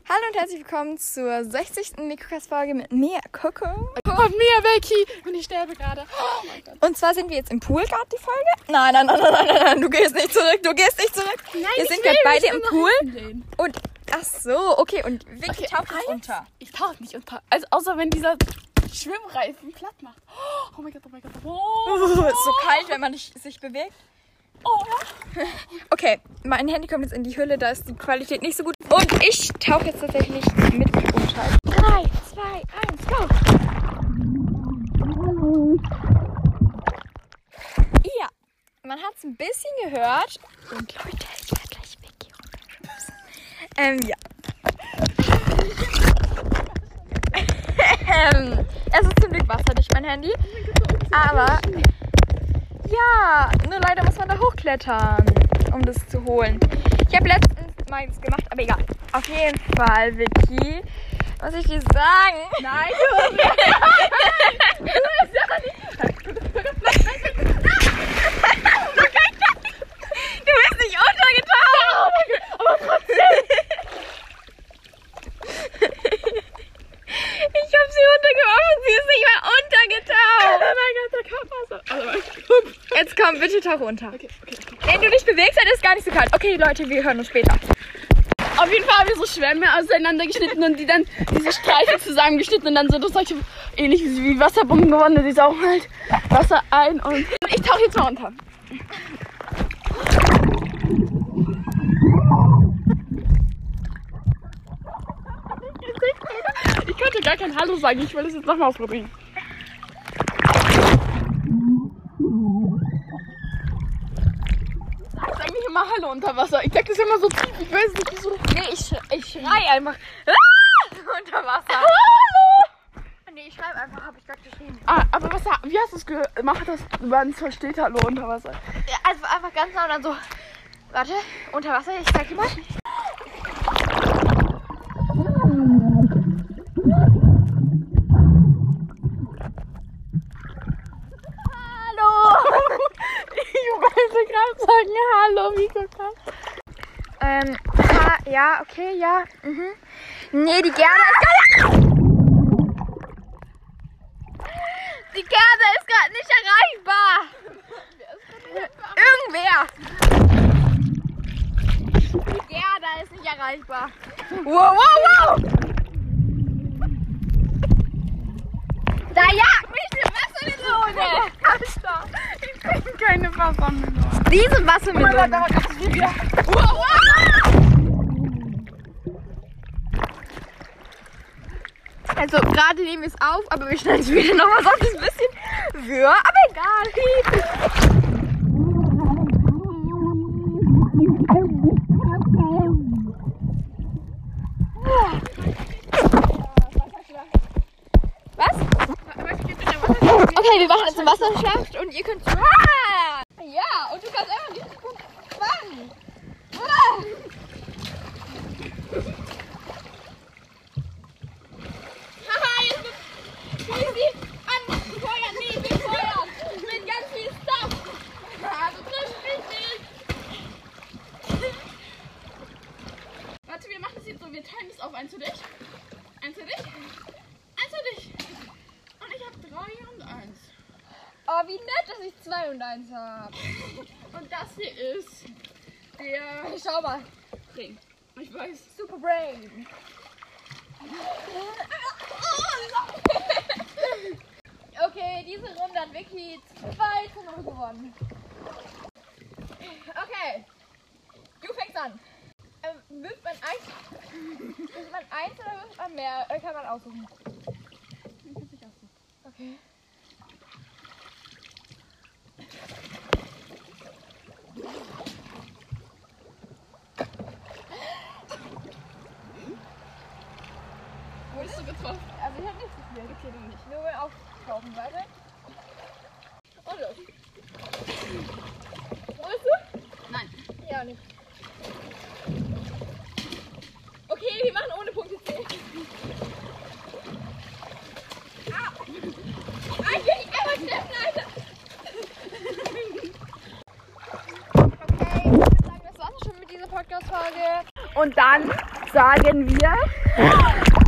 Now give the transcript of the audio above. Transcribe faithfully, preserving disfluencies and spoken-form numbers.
Hallo und herzlich willkommen zur sechzigsten Mikrocast-Folge mit mir, Coco. Und mir, Becky. Und ich sterbe gerade. Oh mein Gott. Und zwar sind wir jetzt im Pool gerade, die Folge. Nein, nein, nein, nein, nein, nein, nein, du gehst nicht zurück, du gehst nicht zurück. Nein, wir ich sind will, gerade beide ich will im nach Pool. hinten gehen. Und, ach so, okay, und Vicky Okay, taucht jetzt eins. runter. Ich tauche nicht unter. Also außer wenn dieser Schwimmreifen platt macht. Oh mein Gott, oh mein Gott. Oh, Es ist so kalt, wenn man nicht, sich bewegt. oh. Okay, mein Handy kommt jetzt in die Hülle, da ist die Qualität nicht so gut. Und ich tauche jetzt tatsächlich mit unter. drei, zwei, eins, go! Ja, man hat es ein bisschen gehört. Und Leute, ich werde gleich Vicky runterschubsen. Ähm, ja. ähm, es ist zum Glück wasserdicht, mein Handy. Aber... Ja, nur leider muss man da hochklettern, um das zu holen. Ich habe letztens mal das gemacht, aber egal. Auf jeden Fall, Vicky, muss ich dir sagen. Nein, du bist ja nicht. Du bist nicht untergetaucht. Oh mein Gott, aber trotzdem. Ich habe sie runtergeworfen und sie ist nicht mal untergetaucht. Oh mein Gott, da kam Wasser. Also mein Gott. Jetzt komm, bitte tauch runter. Okay, okay, okay. Wenn du dich bewegst, dann ist es gar nicht so kalt. Okay, Leute, wir hören uns später. Auf jeden Fall haben wir so Schwämme auseinandergeschnitten und die dann diese Streifen zusammengeschnitten und dann sind das solche ähnlich wie Wasserbomben geworden. Die saugen halt Wasser ein und ich tauche jetzt mal runter. Ich könnte gar kein Hallo sagen, ich will das jetzt nochmal ausprobieren. Ich sag eigentlich immer Hallo unter Wasser. Ich sag das immer so tief, ich weiß nicht wieso. Nee, ich, sch ich schrei einfach ah! unter Wasser. Hallo! Nee, ich schreibe einfach, habe ich gerade geschrieben. Ah, aber was, wie hast du es gemacht, dass man es versteht, Hallo unter Wasser? Ja, also einfach ganz nah und dann so. Warte, unter Wasser, ich zeig dir mal. Hallo! Ich wollte gerade sagen Hallo, Miko. Ähm, ha, ja, okay, ja. Mhm. Nee, die Gerda ist gerade. Die Gerda ist gerade nicht erreichbar. Irgendwer. Die Gerda ist nicht erreichbar. Wow, wow, wow. Da jagt mich eine Wassermelone. Alter, ich bin keine Wassermelone. Diese Oh mein Gott, Wassermelone. da gab es wieder. Wow, wow. Also gerade nehmen wir es auf, aber wir schneiden später noch was auf, das ist ein bisschen wirr, aber egal. Was? Okay, wir machen jetzt eine Wasserschlacht und ihr könnt... Ah! Ja, und du kannst einfach richtig gut fangen. Ah! Haha, jetzt wird easy angefeuert. Nee, wir feuern. Mit ganz viel Stuff. Ja, du triffst mich nicht. Warte, wir machen es jetzt so, wir teilen es auf eins für dich. Eins für dich. Eins für dich. Und ich habe drei und eins. Oh, wie nett, dass ich zwei und eins habe. Und das hier ist der Schau mal. Ring. Ich weiß. Super Brain. Okay, diese Runde hat Vicky zwei zu null gewonnen. Okay, du fängst an. Ähm, wirft man eins, wirft man eins oder wirft man mehr? Äh, kann man aussuchen. Okay. Wurdest du getroffen? Also ich habe nichts gespielt. Okay, du nicht. Nur mal auftauchen, warte. Und los. Wolltest du? Nein. Ja, nicht. Okay, wir machen ohne Punkte zählen. Ah! Ah, ich will nicht einmal treffen, Alter! Okay, ich würde sagen, das war's schon mit dieser Podcast-Folge. Und dann sagen wir